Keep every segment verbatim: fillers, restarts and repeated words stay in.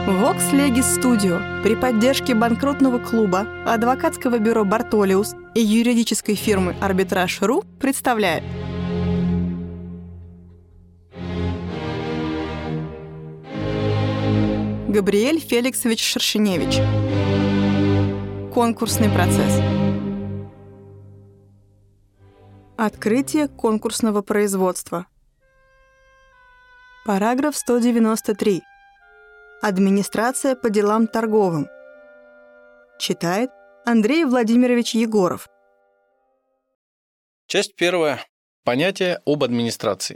Vox Legis Studio при поддержке банкротного клуба, адвокатского бюро «Бартолиус» и юридической фирмы «Арбитраж.ру» представляет Габриэль Феликсович Шершеневич. Конкурсный процесс. Открытие конкурсного производства. Параграф сто девяносто три. Администрация по делам торговым. Читает Андрей Владимирович Егоров. Часть первая. Понятие об администрации.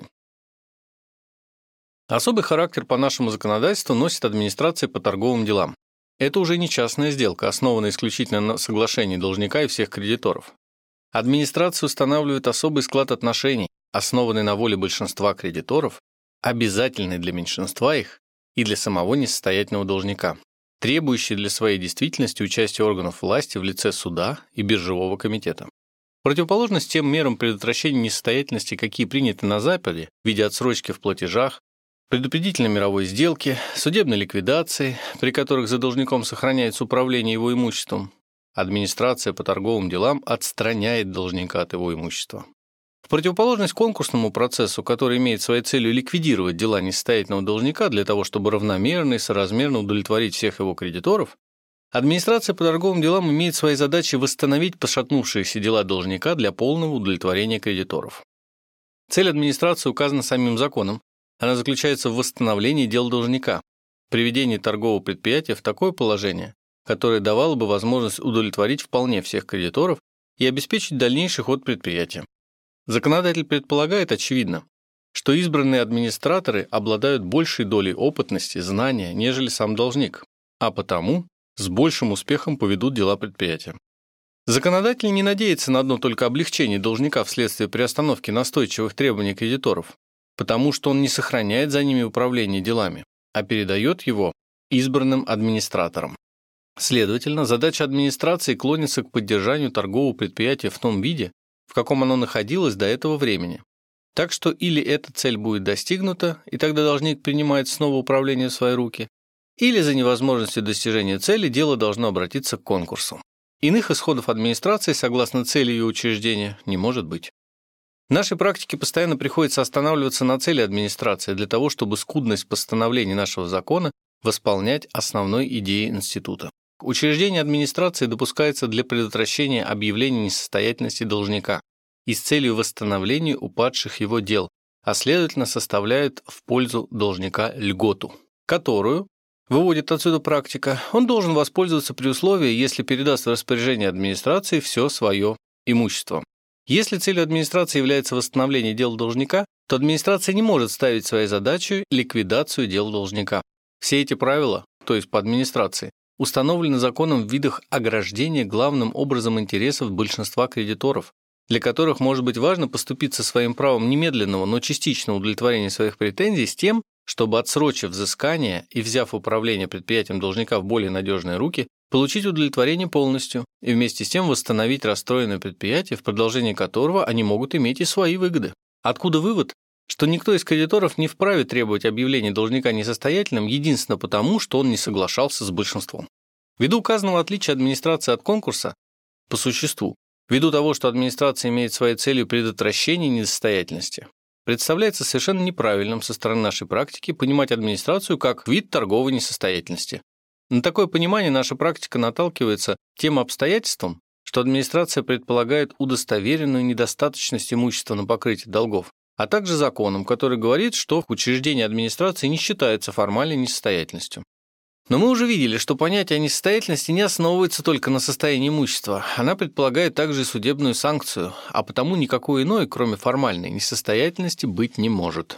Особый характер по нашему законодательству носит администрация по торговым делам. Это уже не частная сделка, основанная исключительно на соглашении должника и всех кредиторов. Администрация устанавливает особый склад отношений, основанный на воле большинства кредиторов, обязательный для меньшинства их и для самого несостоятельного должника, требующий для своей действительности участия органов власти в лице суда и биржевого комитета. В противоположность тем мерам предотвращения несостоятельности, какие приняты на Западе в виде отсрочки в платежах, предупредительной мировой сделки, судебной ликвидации, при которых за должником сохраняется управление его имуществом, администрация по торговым делам отстраняет должника от его имущества. В противоположность конкурсному процессу, который имеет своей целью ликвидировать дела несостоятельного должника для того, чтобы равномерно и соразмерно удовлетворить всех его кредиторов, администрация по торговым делам имеет своей задачей восстановить пошатнувшиеся дела должника для полного удовлетворения кредиторов. Цель администрации указана самим законом. Она заключается в восстановлении дел должника, приведении торгового предприятия в такое положение, которое давало бы возможность удовлетворить вполне всех кредиторов и обеспечить дальнейший ход предприятия. Законодатель предполагает, очевидно, что избранные администраторы обладают большей долей опытности, знания, нежели сам должник, а потому с большим успехом поведут дела предприятия. Законодатель не надеется на одно только облегчение должника вследствие приостановки настойчивых требований кредиторов, потому что он не сохраняет за ними управление делами, а передает его избранным администраторам. Следовательно, задача администрации клонится к поддержанию торгового предприятия в том виде, в каком оно находилось до этого времени. Так что или эта цель будет достигнута, и тогда должник принимает снова управление в свои руки, или за невозможностью достижения цели дело должно обратиться к конкурсу. Иных исходов администрации, согласно цели ее учреждения, не может быть. В нашей практике постоянно приходится останавливаться на цели администрации для того, чтобы скудность постановлений нашего закона восполнять основной идеей института. Учреждение администрации допускается для предотвращения объявления несостоятельности должника и с целью восстановления упадших его дел, а следовательно составляет в пользу должника льготу, которую, выводит отсюда практика, он должен воспользоваться при условии, если передаст в распоряжение администрации все свое имущество. Если целью администрации является восстановление дел должника, то администрация не может ставить своей задачей ликвидацию дел должника. Все эти правила, то есть по администрации, установлены законом в видах ограждения главным образом интересов большинства кредиторов, для которых может быть важно поступиться своим правом немедленного, но частичного удовлетворения своих претензий с тем, чтобы, отсрочив взыскание и взяв управление предприятием должника в более надежные руки, получить удовлетворение полностью и вместе с тем восстановить расстроенное предприятие, в продолжении которого они могут иметь и свои выгоды. Откуда вывод, что никто из кредиторов не вправе требовать объявления должника несостоятельным единственно потому, что он не соглашался с большинством. Ввиду указанного отличия администрации от конкурса, по существу, ввиду того, что администрация имеет своей целью предотвращение несостоятельности, представляется совершенно неправильным со стороны нашей практики понимать администрацию как вид торговой несостоятельности. На такое понимание наша практика наталкивается тем обстоятельством, что администрация предполагает удостоверенную недостаточность имущества на покрытие долгов, а также законом, который говорит, что учреждение администрации не считается формальной несостоятельностью. Но мы уже видели, что понятие о несостоятельности не основывается только на состоянии имущества, она предполагает также и судебную санкцию, а потому никакой иной, кроме формальной несостоятельности, быть не может.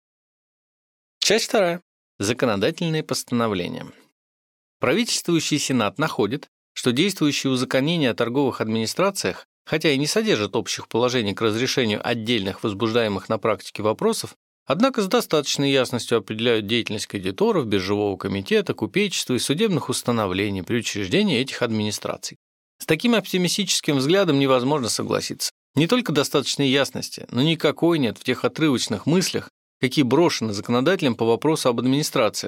Часть вторая. Законодательные постановления. Правительствующий Сенат находит, что действующие узаконения о торговых администрациях, хотя и не содержат общих положений к разрешению отдельных возбуждаемых на практике вопросов, однако с достаточной ясностью определяют деятельность кредиторов, биржевого комитета, купечества и судебных установлений при учреждении этих администраций. С таким оптимистическим взглядом невозможно согласиться. Не только достаточной ясности, но никакой нет в тех отрывочных мыслях, какие брошены законодателем по вопросу об администрациях,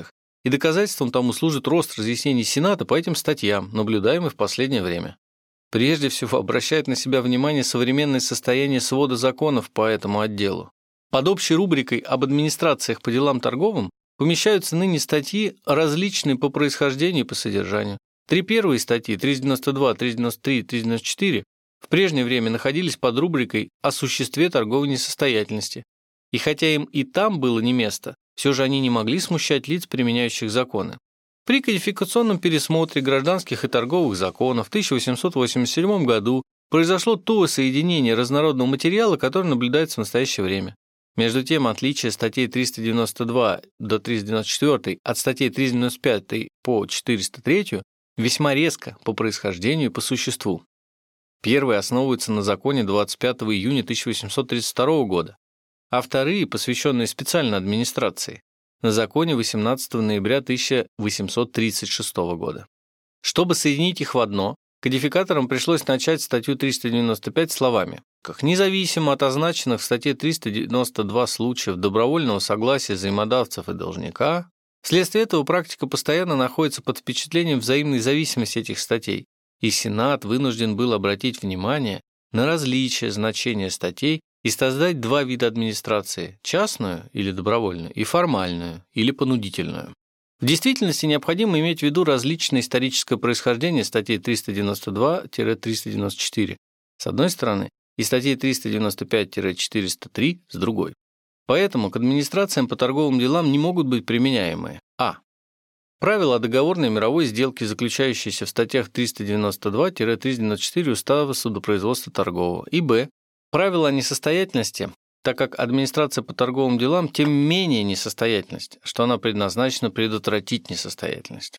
и доказательством тому служит рост разъяснений Сената по этим статьям, наблюдаемый в последнее время. Прежде всего, обращает на себя внимание современное состояние свода законов по этому отделу. Под общей рубрикой об администрациях по делам торговым помещаются ныне статьи, различные по происхождению и по содержанию. Три первые статьи, триста девяносто два, триста девяносто три, триста девяносто четыре, в прежнее время находились под рубрикой о существе торговой несостоятельности. И хотя им и там было не место, все же они не могли смущать лиц, применяющих законы. При кодификационном пересмотре гражданских и торговых законов в тысяча восемьсот восемьдесят седьмом году произошло то соединение разнородного материала, которое наблюдается в настоящее время. Между тем, отличие статей триста девяносто два до триста девяносто четыре от статей триста девяносто пять по четыреста три весьма резко по происхождению и по существу. Первые основываются на законе двадцать пятого июня тысяча восемьсот тридцать второго года, а вторые, посвященные специальной администрации, на законе восемнадцатого ноября тысяча восемьсот тридцать шестого года. Чтобы соединить их в одно, кодификаторам пришлось начать статью триста девяносто пять словами: как независимо от означенных в статье триста девяносто два случаев добровольного согласия взаимодавцев и должника, вследствие этого практика постоянно находится под впечатлением взаимной зависимости этих статей, и Сенат вынужден был обратить внимание на различие значения статей и создать два вида администрации – частную или добровольную и формальную или понудительную. В действительности необходимо иметь в виду различное историческое происхождение статей триста девяносто два — триста девяносто четыре с одной стороны и статей триста девяносто пять — четыреста три с другой. Поэтому к администрациям по торговым делам не могут быть применяемые: а. Правила о договорной мировой сделке, заключающиеся в статьях триста девяносто два — триста девяносто четыре Устава судопроизводства торгового, и б. Правила о несостоятельности, так как администрация по торговым делам тем менее несостоятельность, что она предназначена предотвратить несостоятельность.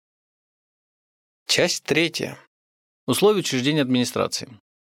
Часть третья. Условия учреждения администрации.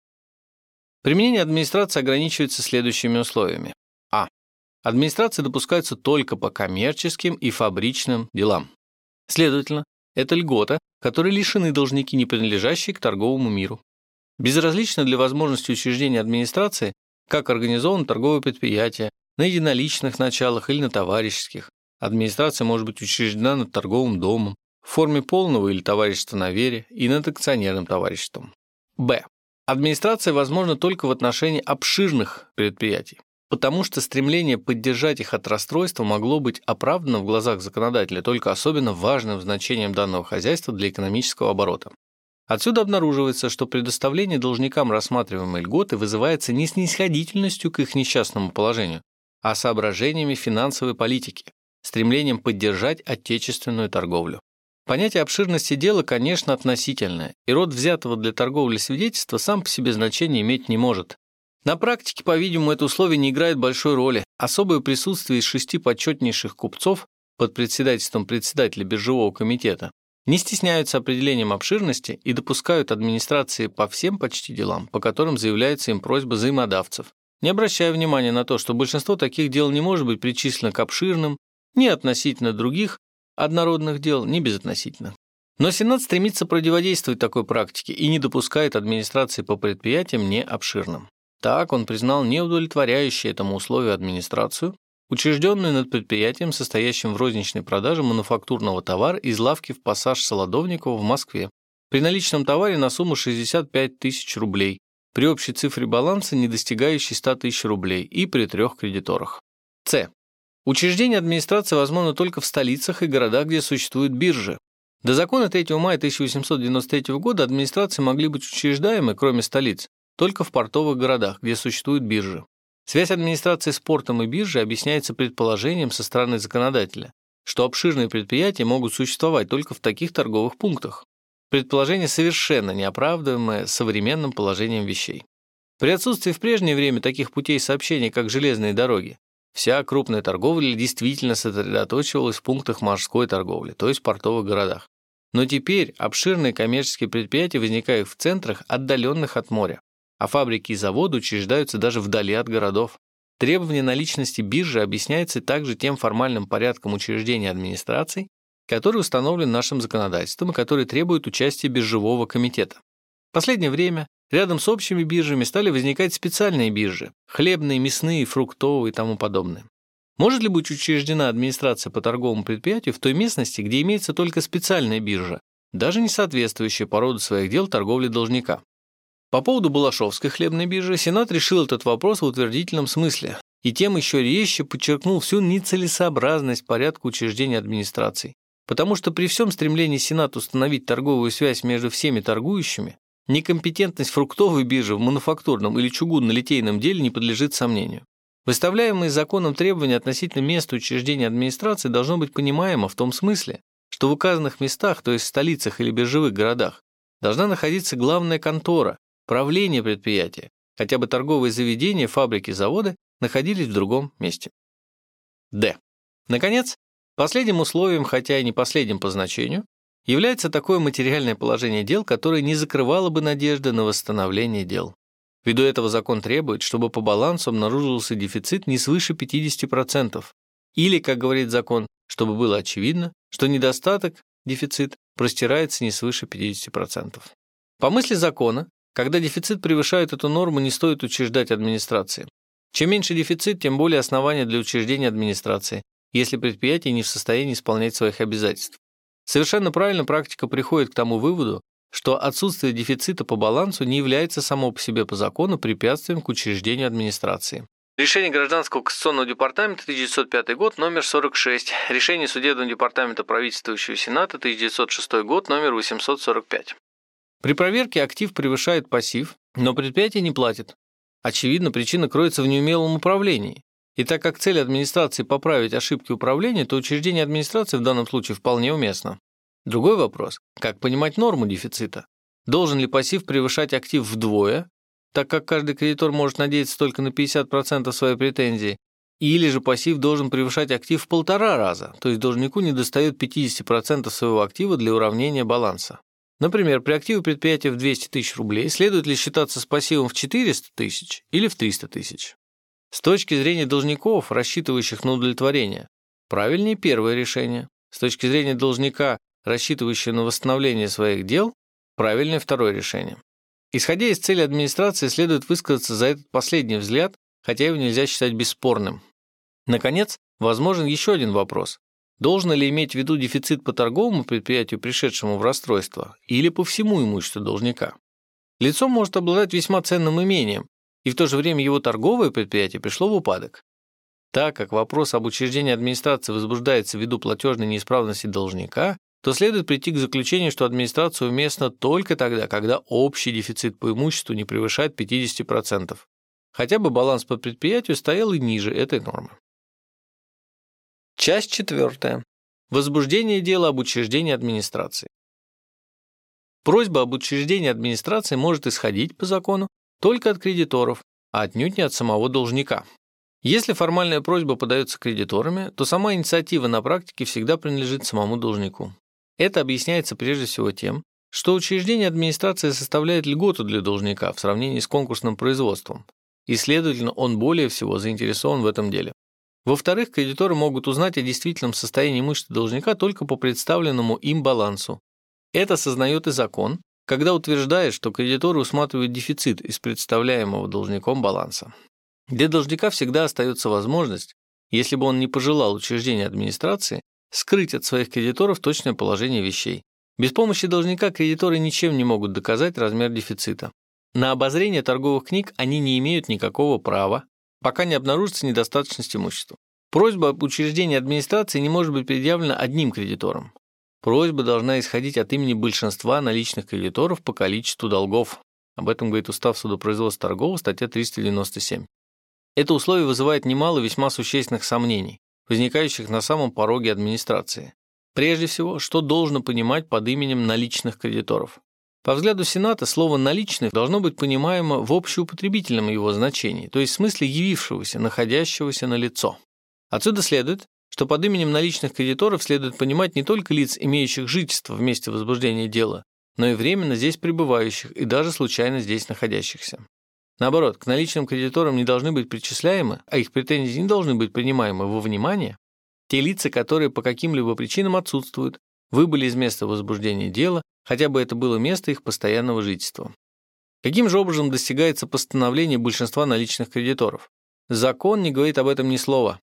Применение администрации ограничивается следующими условиями. А. Администрация допускается только по коммерческим и фабричным делам. Следовательно, это льгота, которой лишены должники, не принадлежащие к торговому миру. Безразлично для возможности учреждения администрации, как организовано торговое предприятие, на единоличных началах или на товарищеских. Администрация может быть учреждена над торговым домом в форме полного или товарищества на вере и над акционерным товариществом. Б. Администрация возможна только в отношении обширных предприятий, потому что стремление поддержать их от расстройства могло быть оправдано в глазах законодателя только особенно важным значением данного хозяйства для экономического оборота. Отсюда обнаруживается, что предоставление должникам рассматриваемой льготы вызывается не снисходительностью к их несчастному положению, а соображениями финансовой политики, стремлением поддержать отечественную торговлю. Понятие обширности дела, конечно, относительное, и род взятого для торговли свидетельства сам по себе значения иметь не может. На практике, по-видимому, это условие не играет большой роли. Особое присутствие из шести почетнейших купцов под председательством председателя биржевого комитета не стесняются определением обширности и допускают администрации по всем почти делам, по которым заявляется им просьба взаимодавцев, не обращая внимания на то, что большинство таких дел не может быть причислено к обширным ни относительно других однородных дел, ни безотносительно. Но Сенат стремится противодействовать такой практике и не допускает администрации по предприятиям не обширным. Так он признал неудовлетворяющей этому условию администрацию, учрежденную над предприятием, состоящим в розничной продаже мануфактурного товара из лавки в пассаж Солодовникова в Москве, при наличном товаре на сумму шестьдесят пять тысяч рублей, при общей цифре баланса, не достигающей ста тысяч рублей, и при трех кредиторах. С. Учреждение администрации возможно только в столицах и городах, где существуют биржи. До закона третьего мая тысяча восемьсот девяносто третьего года администрации могли быть учреждаемы, кроме столиц, только в портовых городах, где существуют биржи. Связь администрации с портом и биржей объясняется предположением со стороны законодателя, что обширные предприятия могут существовать только в таких торговых пунктах. Предположение совершенно неоправдываемое современным положением вещей. При отсутствии в прежнее время таких путей сообщения, как железные дороги, вся крупная торговля действительно сосредоточивалась в пунктах морской торговли, то есть в портовых городах. Но теперь обширные коммерческие предприятия возникают в центрах, отдаленных от моря, а фабрики и заводы учреждаются даже вдали от городов. Требование наличности биржи объясняется также тем формальным порядком учреждения администраций, который установлен нашим законодательством и который требует участия биржевого комитета. В последнее время рядом с общими биржами стали возникать специальные биржи – хлебные, мясные, фруктовые и тому подобное. Может ли быть учреждена администрация по торговому предприятию в той местности, где имеется только специальная биржа, даже не соответствующая по роду своих дел торговле должника? По поводу Балашовской хлебной биржи Сенат решил этот вопрос в утвердительном смысле и тем еще резче подчеркнул всю нецелесообразность порядка учреждения администраций, потому что при всем стремлении Сената установить торговую связь между всеми торгующими, некомпетентность фруктовой биржи в мануфактурном или чугунно-литейном деле не подлежит сомнению. Выставляемые законом требования относительно места учреждения администрации должно быть понимаемо в том смысле, что в указанных местах, то есть в столицах или биржевых городах, должна находиться главная контора, правление предприятия, хотя бы торговые заведения, фабрики, заводы находились в другом месте. Д. Наконец, последним условием, хотя и не последним по значению, является такое материальное положение дел, которое не закрывало бы надежды на восстановление дел. Ввиду этого закон требует, чтобы по балансу обнаружился дефицит не свыше пятидесяти процентов, или, как говорит закон, чтобы было очевидно, что недостаток, дефицит, простирается не свыше пятидесяти процентов. По мысли закона, когда дефицит превышает эту норму, не стоит учреждать администрации. Чем меньше дефицит, тем более основания для учреждения администрации, если предприятие не в состоянии исполнять своих обязательств. Совершенно правильно практика приходит к тому выводу, что отсутствие дефицита по балансу не является само по себе по закону препятствием к учреждению администрации. Решение Гражданского кассационного департамента, тысяча девятьсот пятый год, номер сорок шесть. Решение Судебного департамента правительствующего Сената, тысяча девятьсот шестой год, номер восемьсот сорок пять. При проверке актив превышает пассив, но предприятие не платит. Очевидно, причина кроется в неумелом управлении. И так как цель администрации поправить ошибки управления, то учреждение администрации в данном случае вполне уместно. Другой вопрос – как понимать норму дефицита? Должен ли пассив превышать актив вдвое, так как каждый кредитор может надеяться только на пятьдесят процентов своей претензии, или же пассив должен превышать актив в полтора раза, то есть должнику недостает пятидесяти процентов своего актива для уравнения баланса. Например, при активе предприятия в двести тысяч рублей следует ли считаться с пассивом в четыреста тысяч или в триста тысяч? С точки зрения должников, рассчитывающих на удовлетворение, правильнее первое решение. С точки зрения должника, рассчитывающего на восстановление своих дел, правильное второе решение. Исходя из цели администрации, следует высказаться за этот последний взгляд, хотя его нельзя считать бесспорным. Наконец, возможен еще один вопрос. Должно ли иметь в виду дефицит по торговому предприятию, пришедшему в расстройство, или по всему имуществу должника? Лицо может обладать весьма ценным имением, и в то же время его торговое предприятие пришло в упадок. Так как вопрос об учреждении администрации возбуждается ввиду платежной неисправности должника, то следует прийти к заключению, что администрация уместна только тогда, когда общий дефицит по имуществу не превышает пятидесяти процентов. Хотя бы баланс по предприятию стоял и ниже этой нормы. Часть четвертая. Возбуждение дела об учреждении администрации. Просьба об учреждении администрации может исходить по закону только от кредиторов, а отнюдь не от самого должника. Если формальная просьба подается кредиторами, то сама инициатива на практике всегда принадлежит самому должнику. Это объясняется прежде всего тем, что учреждение администрации составляет льготу для должника в сравнении с конкурсным производством, и, следовательно, он более всего заинтересован в этом деле. Во-вторых, кредиторы могут узнать о действительном состоянии имущества должника только по представленному им балансу. Это сознает и закон, когда утверждает, что кредиторы усматривают дефицит из представляемого должником баланса. Для должника всегда остается возможность, если бы он не пожелал учреждения администрации, скрыть от своих кредиторов точное положение вещей. Без помощи должника кредиторы ничем не могут доказать размер дефицита. На обозрение торговых книг они не имеют никакого права, пока не обнаружится недостаточность имущества. Просьба об учреждении администрации не может быть предъявлена одним кредитором. Просьба должна исходить от имени большинства наличных кредиторов по количеству долгов. Об этом говорит Устав судопроизводства торгового, статья триста девяносто семь. Это условие вызывает немало весьма существенных сомнений, возникающих на самом пороге администрации. Прежде всего, что должно понимать под именем наличных кредиторов? По взгляду Сената, слово «наличных» должно быть понимаемо в общеупотребительном его значении, то есть в смысле явившегося, находящегося на лицо. Отсюда следует, что под именем наличных кредиторов следует понимать не только лиц, имеющих жительство в месте возбуждения дела, но и временно здесь пребывающих и даже случайно здесь находящихся. Наоборот, к наличным кредиторам не должны быть причисляемы, а их претензии не должны быть принимаемы во внимание те лица, которые по каким-либо причинам отсутствуют, выбыли из места возбуждения дела, хотя бы это было место их постоянного жительства. Каким же образом достигается постановление большинства наличных кредиторов? Закон не говорит об этом ни слова.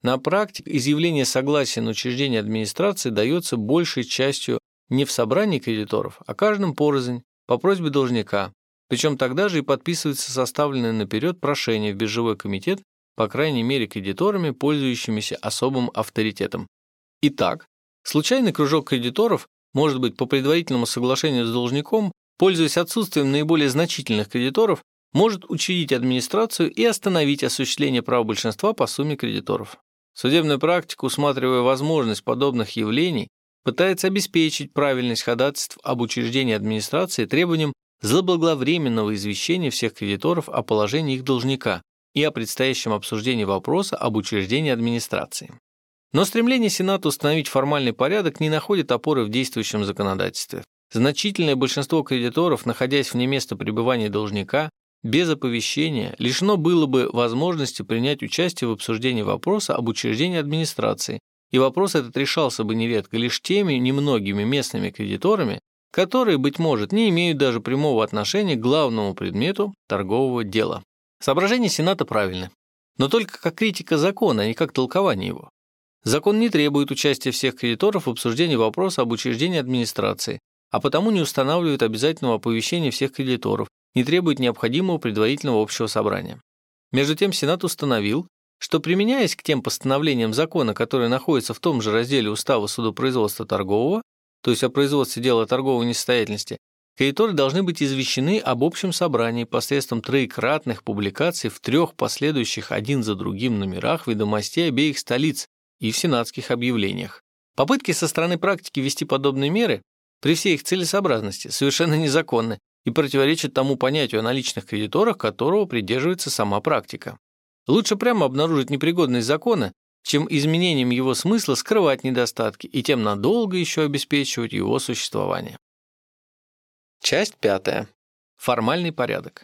На практике изъявление согласия на учреждение администрации дается большей частью не в собрании кредиторов, а каждым порознь, по просьбе должника, причем тогда же и подписывается составленное наперед прошение в биржевой комитет, по крайней мере кредиторами, пользующимися особым авторитетом. Итак, случайный кружок кредиторов может быть по предварительному соглашению с должником, пользуясь отсутствием наиболее значительных кредиторов, может учредить администрацию и остановить осуществление права большинства по сумме кредиторов. Судебная практика, усматривая возможность подобных явлений, пытается обеспечить правильность ходатайств об учреждении администрации требованием заблаговременного извещения всех кредиторов о положении их должника и о предстоящем обсуждении вопроса об учреждении администрации. Но стремление Сената установить формальный порядок не находит опоры в действующем законодательстве. Значительное большинство кредиторов, находясь вне места пребывания должника, без оповещения лишено было бы возможности принять участие в обсуждении вопроса об учреждении администрации, и вопрос этот решался бы нередко лишь теми немногими местными кредиторами, которые, быть может, не имеют даже прямого отношения к главному предмету торгового дела. Соображения Сената правильны, но только как критика закона, а не как толкование его. Закон не требует участия всех кредиторов в обсуждении вопроса об учреждении администрации, а потому не устанавливает обязательного оповещения всех кредиторов, не требует необходимого предварительного общего собрания. Между тем Сенат установил, что, применяясь к тем постановлениям закона, которые находятся в том же разделе Устава судопроизводства торгового, то есть о производстве дела о торговой несостоятельности, кредиторы должны быть извещены об общем собрании посредством троекратных публикаций в трех последующих один за другим номерах ведомостей обеих столиц и в сенатских объявлениях. Попытки со стороны практики ввести подобные меры при всей их целесообразности совершенно незаконны и противоречат тому понятию о наличных кредиторах, которого придерживается сама практика. Лучше прямо обнаружить непригодность закона, чем изменением его смысла скрывать недостатки и тем надолго еще обеспечивать его существование. Часть пятая. Формальный порядок.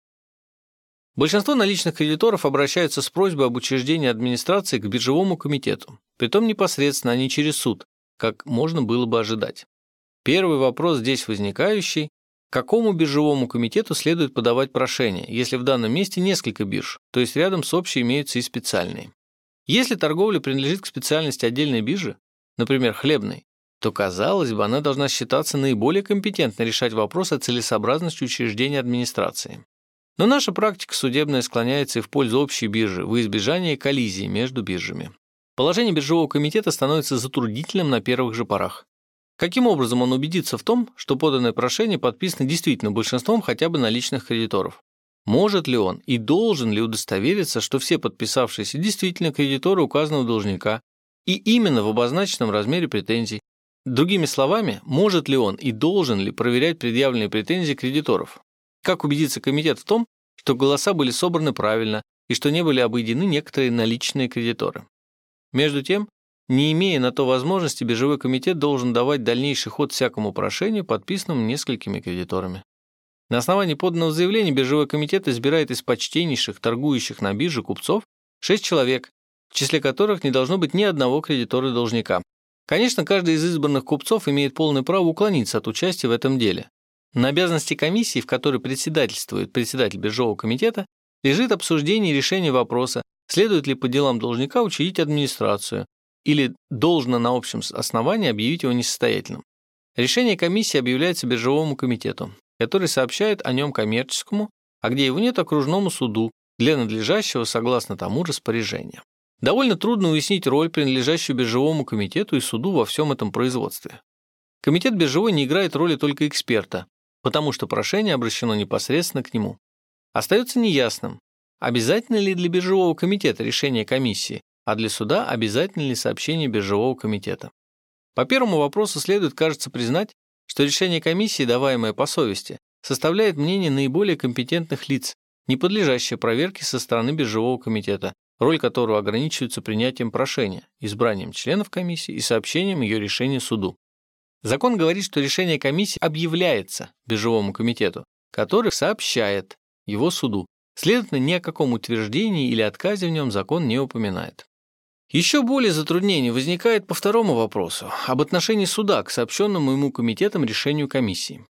Большинство наличных кредиторов обращаются с просьбой об учреждении администрации к биржевому комитету, притом непосредственно, а не через суд, как можно было бы ожидать. Первый вопрос здесь возникающий: к какому биржевому комитету следует подавать прошение, если в данном месте несколько бирж, то есть рядом с общей имеются и специальные. Если торговля принадлежит к специальности отдельной биржи, например, хлебной, то, казалось бы, она должна считаться наиболее компетентной решать вопрос о целесообразности учреждения администрации. Но наша практика судебная склоняется и в пользу общей биржи, во избежание коллизии между биржами. Положение биржевого комитета становится затруднительным на первых же порах. Каким образом он убедится в том, что поданное прошение подписано действительно большинством хотя бы наличных кредиторов? Может ли он и должен ли удостовериться, что все подписавшиеся действительно кредиторы указанного должника и именно в обозначенном размере претензий? Другими словами, может ли он и должен ли проверять предъявленные претензии кредиторов? Как убедиться комитет в том, что голоса были собраны правильно и что не были обойдены некоторые наличные кредиторы? Между тем, не имея на то возможности, биржевой комитет должен давать дальнейший ход всякому прошению, подписанному несколькими кредиторами. На основании поданного заявления биржевой комитет избирает из почтеннейших торгующих на бирже купцов шесть человек, в числе которых не должно быть ни одного кредитора-должника. Конечно, каждый из избранных купцов имеет полное право уклониться от участия в этом деле. На обязанности комиссии, в которой председательствует председатель биржевого комитета, лежит обсуждение и решение вопроса, следует ли по делам должника учредить администрацию или должно на общем основании объявить его несостоятельным. Решение комиссии объявляется биржевому комитету, который сообщает о нем коммерческому, а где его нет, окружному суду, для надлежащего согласно тому распоряжения. Довольно трудно уяснить роль, принадлежащую биржевому комитету и суду во всем этом производстве. Комитет биржевой не играет роли только эксперта, потому что прошение обращено непосредственно к нему. Остается неясным, обязательно ли для биржевого комитета решение комиссии, а для суда обязательно ли сообщение биржевого комитета. По первому вопросу следует, кажется, признать, что решение комиссии, даваемое по совести, составляет мнение наиболее компетентных лиц, не подлежащее проверке со стороны биржевого комитета, роль которого ограничивается принятием прошения, избранием членов комиссии и сообщением ее решения суду. Закон говорит, что решение комиссии объявляется биржевому комитету, который сообщает его суду. Следовательно, ни о каком утверждении или отказе в нем закон не упоминает. Еще более затруднений возникает по второму вопросу об отношении суда к сообщенному ему комитетом решению комиссии.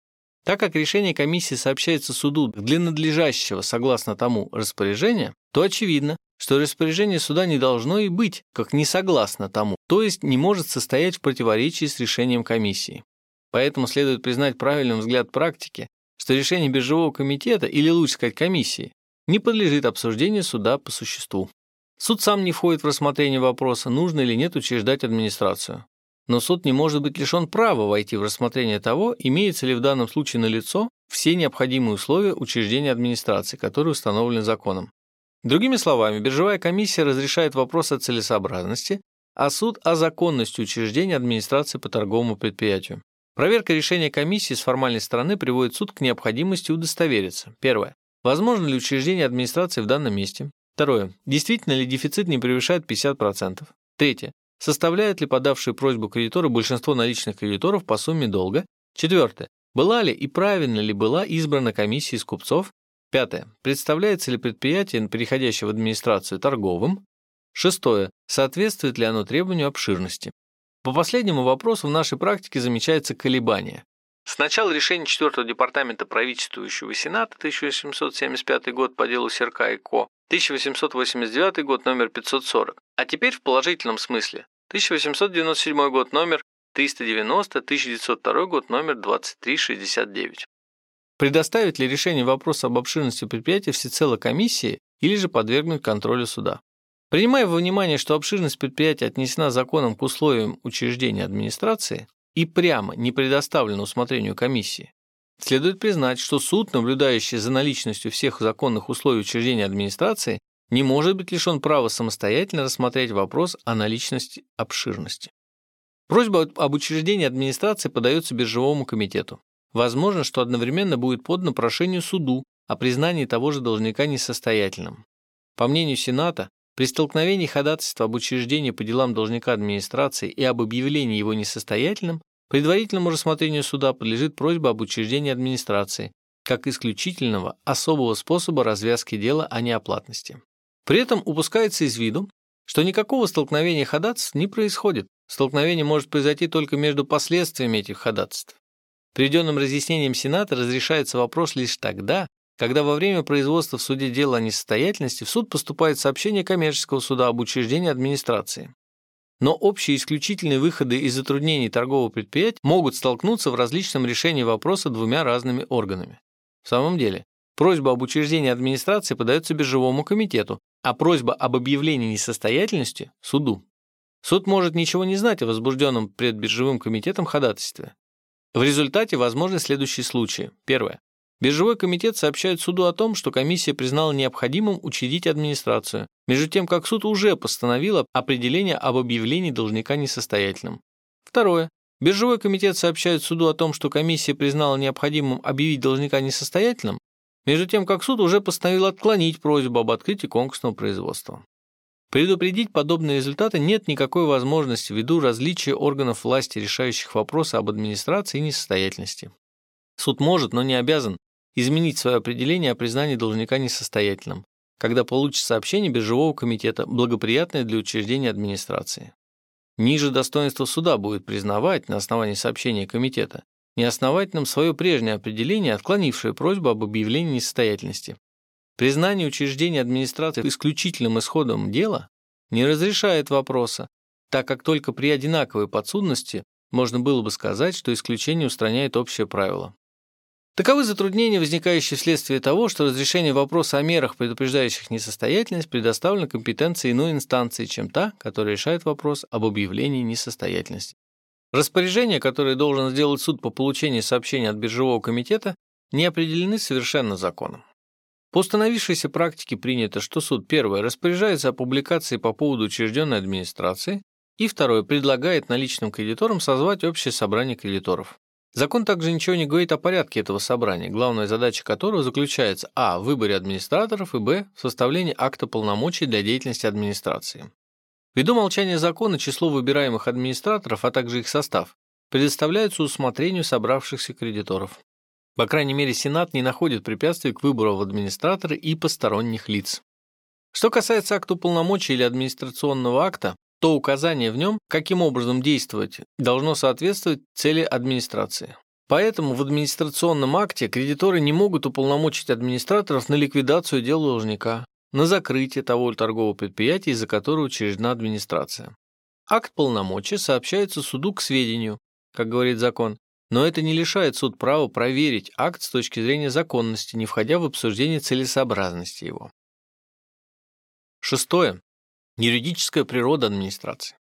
Так как решение комиссии сообщается суду для надлежащего согласно тому распоряжения, то очевидно, что распоряжение суда не должно и быть, как не согласно тому, то есть не может состоять в противоречии с решением комиссии. Поэтому следует признать правильным взгляд практики, что решение биржевого комитета, или лучше сказать комиссии, не подлежит обсуждению суда по существу. Суд сам не входит в рассмотрение вопроса, нужно или нет учреждать администрацию. Но суд не может быть лишен права войти в рассмотрение того, имеются ли в данном случае налицо все необходимые условия учреждения администрации, которые установлены законом. Другими словами, биржевая комиссия разрешает вопрос о целесообразности, а суд о законности учреждения администрации по торговому предприятию. Проверка решения комиссии с формальной стороны приводит суд к необходимости удостовериться. Первое. Возможно ли учреждение администрации в данном месте? Второе. Действительно ли дефицит не превышает пятьдесят процентов? Третье. Составляют ли подавшие просьбу кредиторы большинство наличных кредиторов по сумме долга? Четвертое. Была ли и правильно ли была избрана комиссия из купцов? Пятое. Представляется ли предприятие, переходящее в администрацию, торговым? Шестое. Соответствует ли оно требованию обширности? По последнему вопросу в нашей практике замечается колебание. С начала решения четвёртого департамента правительствующего Сената тысяча восемьсот семьдесят пятый год по делу Серка и Ко, тысяча восемьсот восемьдесят девятый год номер пятьсот сорок, а теперь в положительном смысле тысяча восемьсот девяносто седьмой год номер триста девяносто, тысяча девятьсот второй год номер двадцать три шестьдесят девять. Предоставить ли решение вопроса об обширности предприятия всецело комиссии или же подвергнуть контролю суда? Принимая во внимание, что обширность предприятия отнесена законом к условиям учреждения администрации и прямо не предоставлена усмотрению комиссии, следует признать, что суд, наблюдающий за наличностью всех законных условий учреждения администрации, не может быть лишен права самостоятельно рассмотреть вопрос о наличности обширности. Просьба об учреждении администрации подается биржевому комитету. Возможно, что одновременно будет подано прошению суду о признании того же должника несостоятельным. По мнению Сената, при столкновении ходатайства об учреждении по делам должника администрации и об объявлении его несостоятельным, предварительному рассмотрению суда подлежит просьба об учреждении администрации как исключительного особого способа развязки дела о неоплатности. При этом упускается из виду, что никакого столкновения ходатайств не происходит. Столкновение может произойти только между последствиями этих ходатайств. Приведенным разъяснением Сената разрешается вопрос лишь тогда, когда во время производства в суде дела о несостоятельности в суд поступает сообщение коммерческого суда об учреждении администрации. Но общие исключительные выходы из затруднений торгового предприятия могут столкнуться в различном решении вопроса двумя разными органами. В самом деле, просьба об учреждении администрации подается биржевому комитету, а просьба об объявлении несостоятельности – суду. Суд может ничего не знать о возбужденном пред биржевым комитетом ходатайстве. В результате возможны следующие случаи. Первое. Биржевой комитет сообщает суду о том, что комиссия признала необходимым учредить администрацию, между тем как суд уже постановил определение об объявлении должника несостоятельным. Второе. Биржевой комитет сообщает суду о том, что комиссия признала необходимым объявить должника несостоятельным, между тем как суд уже постановил отклонить просьбу об открытии конкурсного производства. Предупредить подобные результаты нет никакой возможности ввиду различия органов власти, решающих вопросы об администрации и несостоятельности. Суд может, но не обязан, изменить свое определение о признании должника несостоятельным, когда получит сообщение биржевого комитета, благоприятное для учреждения администрации. Ниже достоинства суда будет признавать на основании сообщения комитета неосновательным свое прежнее определение, отклонившее просьбу об объявлении несостоятельности. Признание учреждения администрации исключительным исходом дела не разрешает вопроса, так как только при одинаковой подсудности можно было бы сказать, что исключение устраняет общее правило. Таковы затруднения, возникающие вследствие того, что разрешение вопроса о мерах, предупреждающих несостоятельность, предоставлено компетенции иной инстанции, чем та, которая решает вопрос об объявлении несостоятельности. Распоряжения, которые должен сделать суд по получению сообщения от биржевого комитета, не определены совершенно законом. По установившейся практике принято, что суд, первое, распоряжается о публикации по поводу учрежденной администрации, и второе, предлагает наличным кредиторам созвать общее собрание кредиторов. Закон также ничего не говорит о порядке этого собрания, главная задача которого заключается а. в выборе администраторов и б. в составлении акта полномочий для деятельности администрации. Ввиду молчания закона число выбираемых администраторов, а также их состав, предоставляются усмотрению собравшихся кредиторов. По крайней мере, Сенат не находит препятствий к выбору в администраторы и посторонних лиц. Что касается акта полномочий или администрационного акта, то указание в нем, каким образом действовать, должно соответствовать цели администрации. Поэтому в администрационном акте кредиторы не могут уполномочить администраторов на ликвидацию дела должника, на закрытие того торгового предприятия, из-за которого учреждена администрация. Акт полномочия сообщается суду к сведению, как говорит закон, но это не лишает суд права проверить акт с точки зрения законности, не входя в обсуждение целесообразности его. Шестое. Юридическая природа администрации.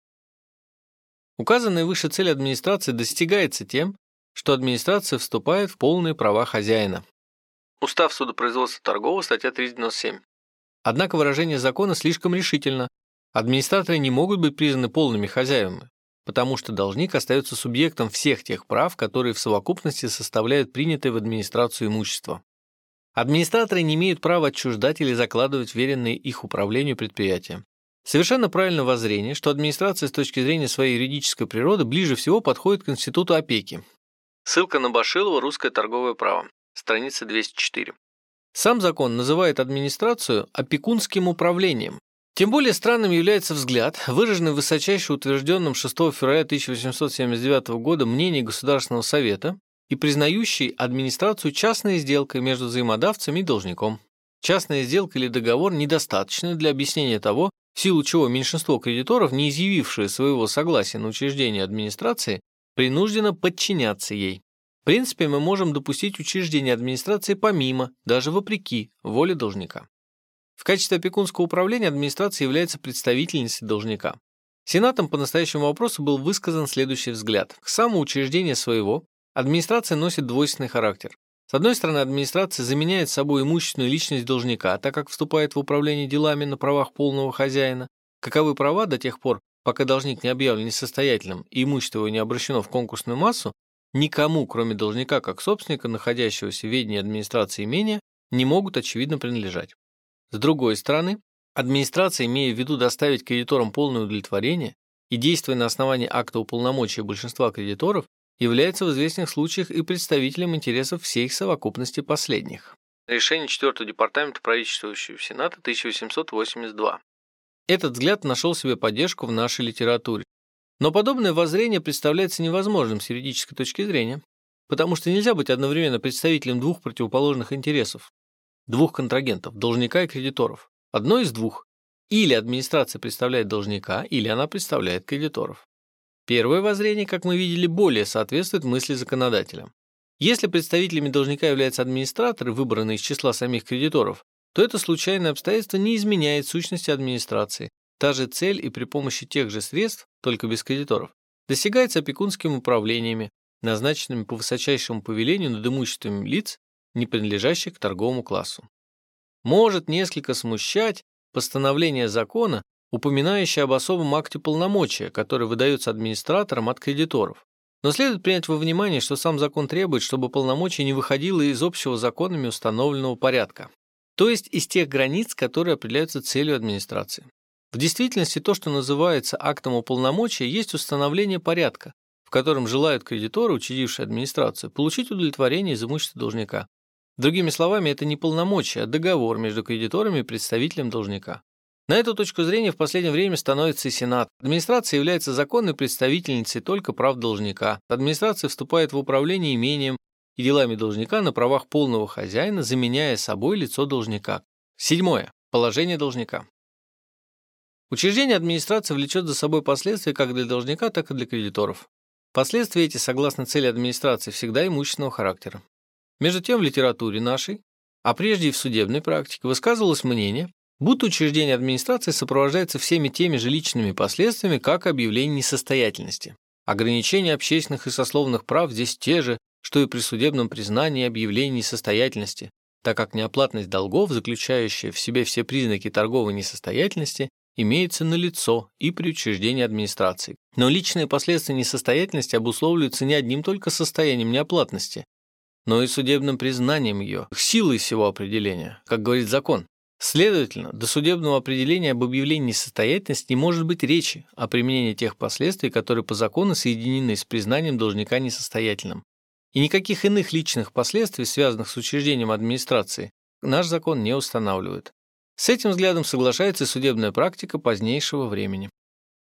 Указанная выше цель администрации достигается тем, что администрация вступает в полные права хозяина. Устав судопроизводства торгового, статья триста девяносто семь. Однако выражение закона слишком решительно. Администраторы не могут быть признаны полными хозяевами, потому что должник остается субъектом всех тех прав, которые в совокупности составляют принятое в администрацию имущество. Администраторы не имеют права отчуждать или закладывать веренные их управлению предприятия. Совершенно правильно воззрение, что администрация с точки зрения своей юридической природы ближе всего подходит к институту опеки. Ссылка на Башилова «Русское торговое право», страница двести четыре. Сам закон называет администрацию опекунским управлением. Тем более странным является взгляд, выраженный в высочайше утвержденном шестого февраля тысяча восемьсот семьдесят девятого года мнении Государственного совета и признающий администрацию частной сделкой между взаимодавцем и должником. Частная сделка или договор недостаточны для объяснения того, в силу чего меньшинство кредиторов, не изъявившие своего согласия на учреждение администрации, принуждено подчиняться ей. В принципе, мы можем допустить учреждение администрации помимо, даже вопреки, воле должника. В качестве опекунского управления администрацией является представительница должника. Сенатом по настоящему вопросу был высказан следующий взгляд. К самому учреждению своего администрация носит двойственный характер. С одной стороны, администрация заменяет собой имущественную личность должника, так как вступает в управление делами на правах полного хозяина. Каковы права до тех пор, пока должник не объявлен несостоятельным и имущество его не обращено в конкурсную массу, никому, кроме должника как собственника, находящегося в ведении администрации имения, не могут очевидно принадлежать. С другой стороны, администрация, имея в виду доставить кредиторам полное удовлетворение и действуя на основании акта уполномочия большинства кредиторов, является в известных случаях и представителем интересов всей совокупности последних. Решение четвёртого департамента правительствующего Сената тысяча восемьсот восемьдесят два. Этот взгляд нашел себе поддержку в нашей литературе. Но подобное воззрение представляется невозможным с юридической точки зрения, потому что нельзя быть одновременно представителем двух противоположных интересов, двух контрагентов, должника и кредиторов. Одно из двух. Или администрация представляет должника, или она представляет кредиторов. Первое воззрение, как мы видели, более соответствует мысли законодателя. Если представителями должника являются администраторы, выбранные из числа самих кредиторов, то это случайное обстоятельство не изменяет сущности администрации. Та же цель и при помощи тех же средств, только без кредиторов, достигается опекунскими управлениями, назначенными по высочайшему повелению над имуществом лиц, не принадлежащих к торговому классу. Может несколько смущать постановление закона, упоминающее об особом акте полномочия, который выдается администраторам от кредиторов. Но следует принять во внимание, что сам закон требует, чтобы полномочие не выходило из общего законами установленного порядка, то есть из тех границ, которые определяются целью администрации. В действительности то, что называется актом уполномочия, есть установление порядка, в котором желают кредиторы, учредившие администрацию, получить удовлетворение из имущества должника. Другими словами, это не полномочия, а договор между кредиторами и представителем должника. На эту точку зрения в последнее время становится и Сенат. Администрация является законной представительницей только прав должника. Администрация вступает в управление имением и делами должника на правах полного хозяина, заменяя собой лицо должника. Седьмое. Положение должника. Учреждение администрации влечет за собой последствия как для должника, так и для кредиторов. Последствия эти, согласно цели администрации, всегда имущественного характера. Между тем, в литературе нашей, а прежде и в судебной практике, высказывалось мнение, будто учреждение администрации сопровождается всеми теми же личными последствиями, как объявление несостоятельности. Ограничения общественных и сословных прав здесь те же, что и при судебном признании объявления несостоятельности, так как неоплатность долгов, заключающая в себе все признаки торговой несостоятельности, имеется налицо и при учреждении администрации. Но личные последствия несостоятельности обусловливаются не одним только состоянием неоплатности, но и судебным признанием ее, силой всего определения, как говорит закон. Следовательно, до судебного определения об объявлении несостоятельности не может быть речи о применении тех последствий, которые по закону соединены с признанием должника несостоятельным. И никаких иных личных последствий, связанных с учреждением администрации, наш закон не устанавливает. С этим взглядом соглашается и судебная практика позднейшего времени.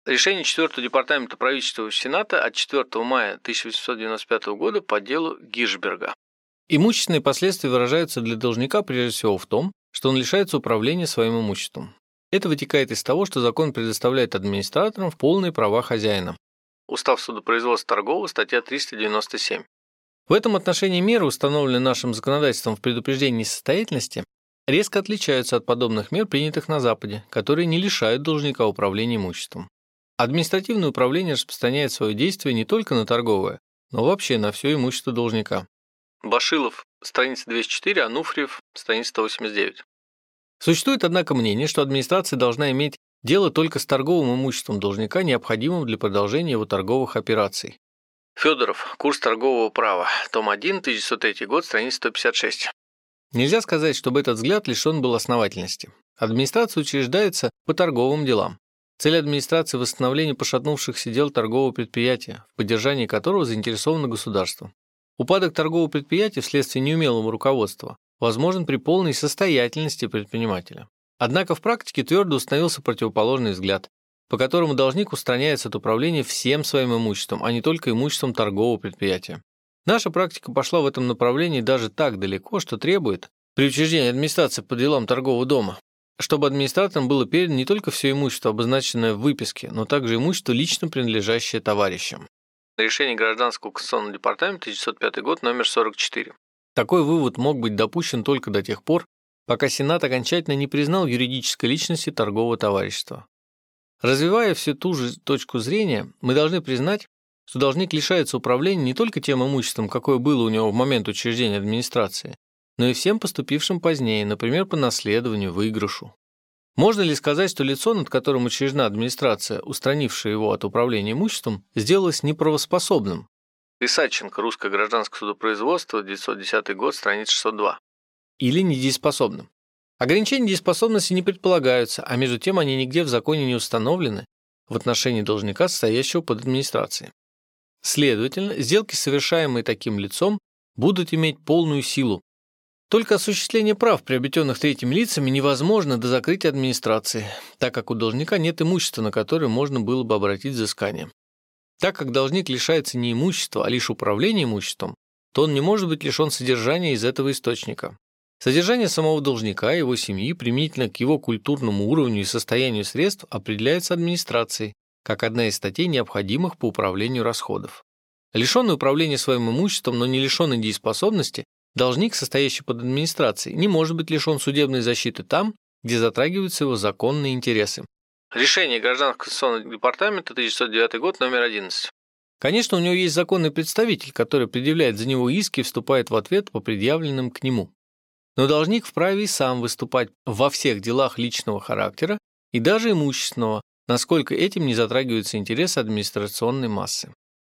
Решение четвёртого департамента правительства и Сената от четвёртого мая тысяча восемьсот девяносто пятого года по делу Гиршберга. Имущественные последствия выражаются для должника прежде всего в том, что он лишается управления своим имуществом. Это вытекает из того, что закон предоставляет администраторам полные права хозяина. Устав судопроизводства торгового, статья триста девяносто семь. В этом отношении меры, установленные нашим законодательством в предупреждении несостоятельности, резко отличаются от подобных мер, принятых на Западе, которые не лишают должника управления имуществом. Административное управление распространяет свое действие не только на торговое, но вообще на все имущество должника. Башилов, страница двести четыре, Ануфриев, страница сто восемьдесят девять. Существует, однако, мнение, что администрация должна иметь дело только с торговым имуществом должника, необходимым для продолжения его торговых операций. Федоров, курс торгового права, том один, тысяча девятьсот третий год, страница сто пятьдесят шесть. Нельзя сказать, чтобы этот взгляд лишен был основательности. Администрация учреждается по торговым делам. Цель администрации – восстановление пошатнувшихся дел торгового предприятия, в поддержании которого заинтересовано государство. Упадок торгового предприятия вследствие неумелого руководства возможен при полной состоятельности предпринимателя. Однако в практике твердо установился противоположный взгляд, по которому должник устраняется от управления всем своим имуществом, а не только имуществом торгового предприятия. Наша практика пошла в этом направлении даже так далеко, что требует, при учреждении администрации по делам торгового дома, чтобы администраторам было передано не только все имущество, обозначенное в выписке, но также имущество, лично принадлежащее товарищам. Решение Гражданского кассационного департамента, тысяча девятьсот пятый год, номер сорок четыре. Такой вывод мог быть допущен только до тех пор, пока Сенат окончательно не признал юридической личности торгового товарищества. Развивая всю ту же точку зрения, мы должны признать, что должник лишается управления не только тем имуществом, какое было у него в момент учреждения администрации, но и всем поступившим позднее, например, по наследованию, выигрышу. Можно ли сказать, что лицо, над которым учреждена администрация, устранившая его от управления имуществом, сделалось неправоспособным? Исаченко, Русское гражданское судопроизводство, девятьсот десятый год, страница шестьсот два. Или недееспособным? Ограничения дееспособности не предполагаются, а между тем они нигде в законе не установлены в отношении должника, стоящего под администрацией. Следовательно, сделки, совершаемые таким лицом, будут иметь полную силу. Только осуществление прав, приобретенных третьими лицами, невозможно до закрытия администрации, так как у должника нет имущества, на которое можно было бы обратить взыскание. Так как должник лишается не имущества, а лишь управления имуществом, то он не может быть лишен содержания из этого источника. Содержание самого должника и его семьи применительно к его культурному уровню и состоянию средств определяется администрацией, как одна из статей, необходимых по управлению расходов. Лишенный управления своим имуществом, но не лишенный дееспособности, должник, состоящий под администрацией, не может быть лишен судебной защиты там, где затрагиваются его законные интересы. Решение Гражданского кассационного департамента, тысяча девятьсот девятый год, номер одиннадцать. Конечно, у него есть законный представитель, который предъявляет за него иски и вступает в ответ по предъявленным к нему. Но должник вправе и сам выступать во всех делах личного характера и даже имущественного, насколько этим не затрагиваются интересы администрационной массы.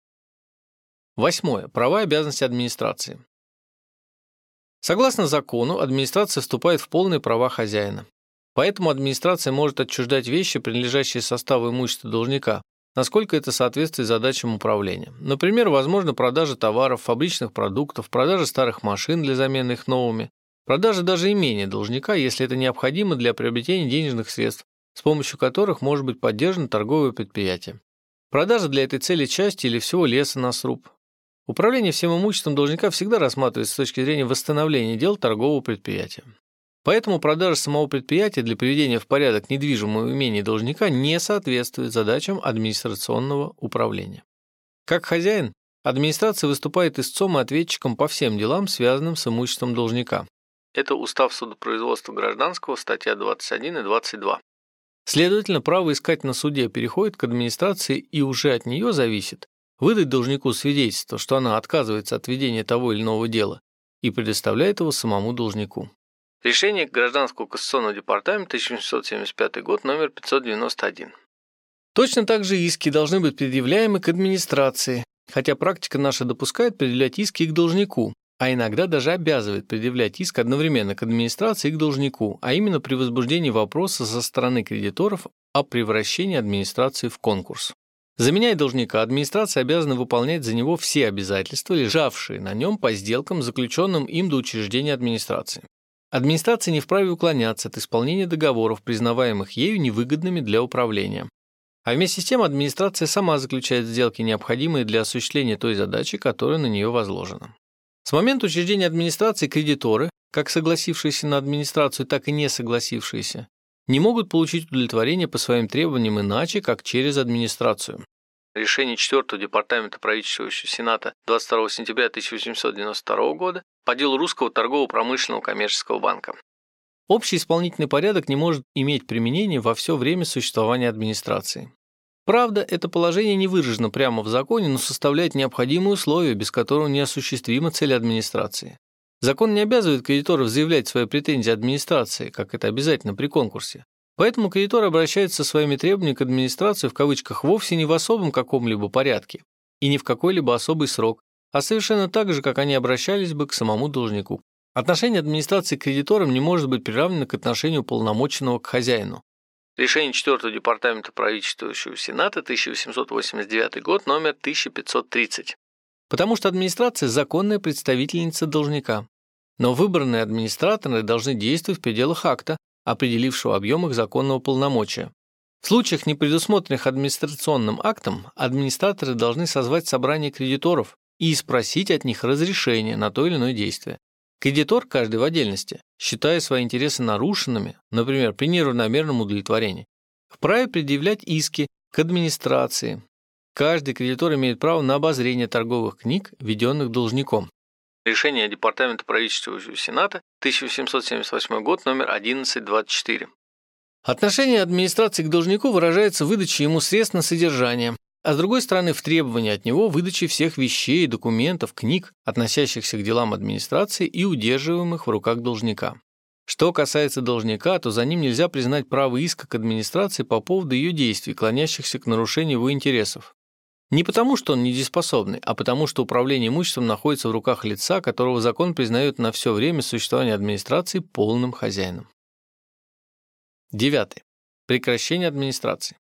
Восьмое. Права и обязанности администрации. Согласно закону, администрация вступает в полные права хозяина. Поэтому администрация может отчуждать вещи, принадлежащие составу имущества должника, насколько это соответствует задачам управления. Например, возможно продажа товаров, фабричных продуктов, продажа старых машин для замены их новыми, продажа даже имения должника, если это необходимо для приобретения денежных средств, с помощью которых может быть поддержано торговое предприятие. Продажа для этой цели части или всего леса на сруб. Управление всем имуществом должника всегда рассматривается с точки зрения восстановления дел торгового предприятия. Поэтому продажа самого предприятия для приведения в порядок недвижимого имения должника не соответствует задачам администрационного управления. Как хозяин, администрация выступает истцом и ответчиком по всем делам, связанным с имуществом должника. Это Устав судопроизводства гражданского, статья двадцать один и двадцать два. Следовательно, право искать на суде переходит к администрации, и уже от нее зависит выдать должнику свидетельство, что она отказывается от ведения того или иного дела, и предоставляет его самому должнику. Решение Гражданского кассационного департамента, тысяча восемьсот семьдесят пятый год, номер пятьсот девяносто один. Точно так же иски должны быть предъявляемы к администрации, хотя практика наша допускает предъявлять иски и к должнику, а иногда даже обязывает предъявлять иск одновременно к администрации и к должнику, а именно при возбуждении вопроса со стороны кредиторов о превращении администрации в конкурс. Заменяя должника, администрация обязана выполнять за него все обязательства, лежавшие на нем по сделкам, заключенным им до учреждения администрации. Администрация не вправе уклоняться от исполнения договоров, признаваемых ею невыгодными для управления. А вместе с тем администрация сама заключает сделки, необходимые для осуществления той задачи, которая на нее возложена. С момента учреждения администрации кредиторы, как согласившиеся на администрацию, так и не согласившиеся, не могут получить удовлетворение по своим требованиям иначе, как через администрацию. Решение четвёртого департамента правительствующего Сената двадцать второго сентября тысяча восемьсот девяносто второго года по делу Русского торгово-промышленного коммерческого банка. Общий исполнительный порядок не может иметь применения во все время существования администрации. Правда, это положение не выражено прямо в законе, но составляет необходимые условия, без которого неосуществима цель администрации. Закон не обязывает кредиторов заявлять свои претензии администрации, как это обязательно при конкурсе. Поэтому кредитор обращается со своими требованиями к администрации в кавычках вовсе не в особом каком-либо порядке и не в какой-либо особый срок, а совершенно так же, как они обращались бы к самому должнику. Отношение администрации к кредиторам не может быть приравнено к отношению уполномоченного к хозяину. Решение четвёртого департамента правительствующего Сената, тысяча восемьсот восемьдесят девятый год, номер тысяча пятьсот тридцать. Потому что администрация – законная представительница должника. Но выбранные администраторы должны действовать в пределах акта, определившего объем их законного полномочия. В случаях, не предусмотренных администрационным актом, администраторы должны созвать собрание кредиторов и спросить от них разрешение на то или иное действие. Кредитор, каждый в отдельности, считая свои интересы нарушенными, например, при неравномерном удовлетворении, вправе предъявлять иски к администрации. Каждый кредитор имеет право на обозрение торговых книг, введенных должником. Решение Департамента правительствующего Сената, тысяча восемьсот семьдесят восьмой год, номер одиннадцать двадцать четыре. Отношение администрации к должнику выражается в выдаче ему средств на содержание, а с другой стороны в требовании от него выдачи всех вещей, документов, книг, относящихся к делам администрации и удерживаемых в руках должника. Что касается должника, то за ним нельзя признать право иска к администрации по поводу ее действий, клонящихся к нарушению его интересов. Не потому, что он недееспособный, а потому, что управление имуществом находится в руках лица, которого закон признает на все время существования администрации полным хозяином. Девятый. Прекращение администрации.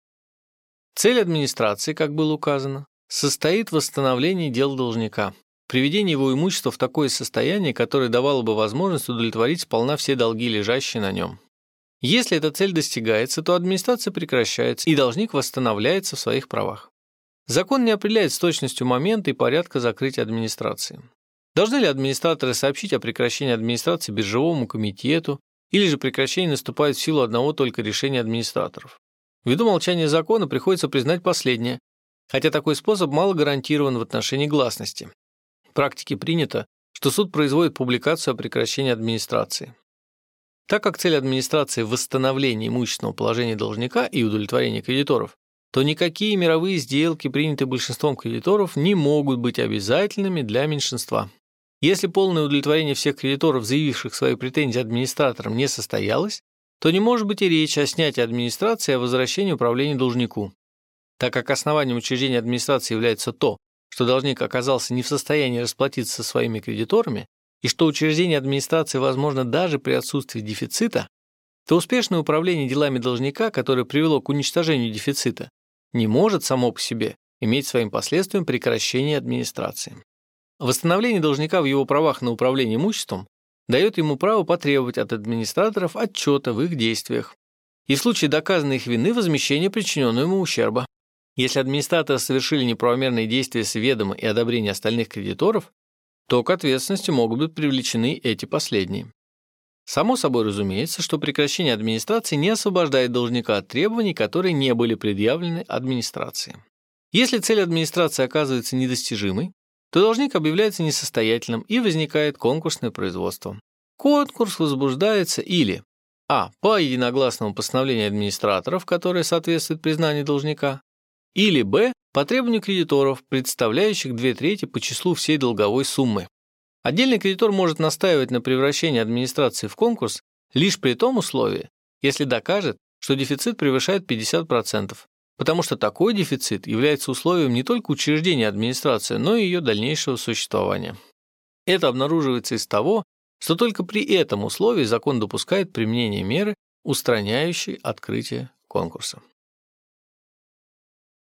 Цель администрации, как было указано, состоит в восстановлении дел должника, приведении его имущества в такое состояние, которое давало бы возможность удовлетворить сполна все долги, лежащие на нем. Если эта цель достигается, то администрация прекращается, и должник восстанавливается в своих правах. Закон не определяет с точностью момента и порядка закрытия администрации. Должны ли администраторы сообщить о прекращении администрации биржевому комитету, или же прекращение наступает в силу одного только решения администраторов? Ввиду молчания закона приходится признать последнее, хотя такой способ мало гарантирован в отношении гласности. В практике принято, что суд производит публикацию о прекращении администрации. Так как цель администрации – восстановление имущественного положения должника и удовлетворение кредиторов, то никакие мировые сделки, принятые большинством кредиторов, не могут быть обязательными для меньшинства. Если полное удовлетворение всех кредиторов, заявивших свои претензии администраторам, не состоялось, то не может быть и речи о снятии администрации и о возвращении управления должнику. Так как основанием учреждения администрации является то, что должник оказался не в состоянии расплатиться со своими кредиторами, и что учреждение администрации возможно даже при отсутствии дефицита, то успешное управление делами должника, которое привело к уничтожению дефицита, не может само по себе иметь своим последствием прекращение администрации. Восстановление должника в его правах на управление имуществом дает ему право потребовать от администраторов отчета в их действиях и в случае доказанной их вины возмещения причиненного ему ущерба. Если администраторы совершили неправомерные действия с ведома и одобрения остальных кредиторов, то к ответственности могут быть привлечены эти последние. Само собой разумеется, что прекращение администрации не освобождает должника от требований, которые не были предъявлены администрации. Если цель администрации оказывается недостижимой, то должник объявляется несостоятельным и возникает конкурсное производство. Конкурс возбуждается или а. по единогласному постановлению администраторов, которое соответствует признанию должника, или б. по требованию кредиторов, представляющих две трети по числу всей долговой суммы. Отдельный кредитор может настаивать на превращении администрации в конкурс лишь при том условии, если докажет, что дефицит превышает пятьдесят процентов, потому что такой дефицит является условием не только учреждения администрации, но и ее дальнейшего существования. Это обнаруживается из того, что только при этом условии закон допускает применение меры, устраняющей открытие конкурса.